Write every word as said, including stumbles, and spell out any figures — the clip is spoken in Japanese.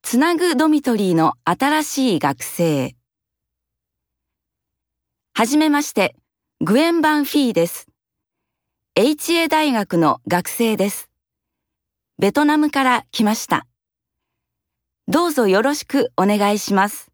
つなぐドミトリーの新しい学生。はじめまして、グエン・バン・フィーです。エイチエー 大学の学生です。ベトナムから来ました。どうぞよろしくお願いします。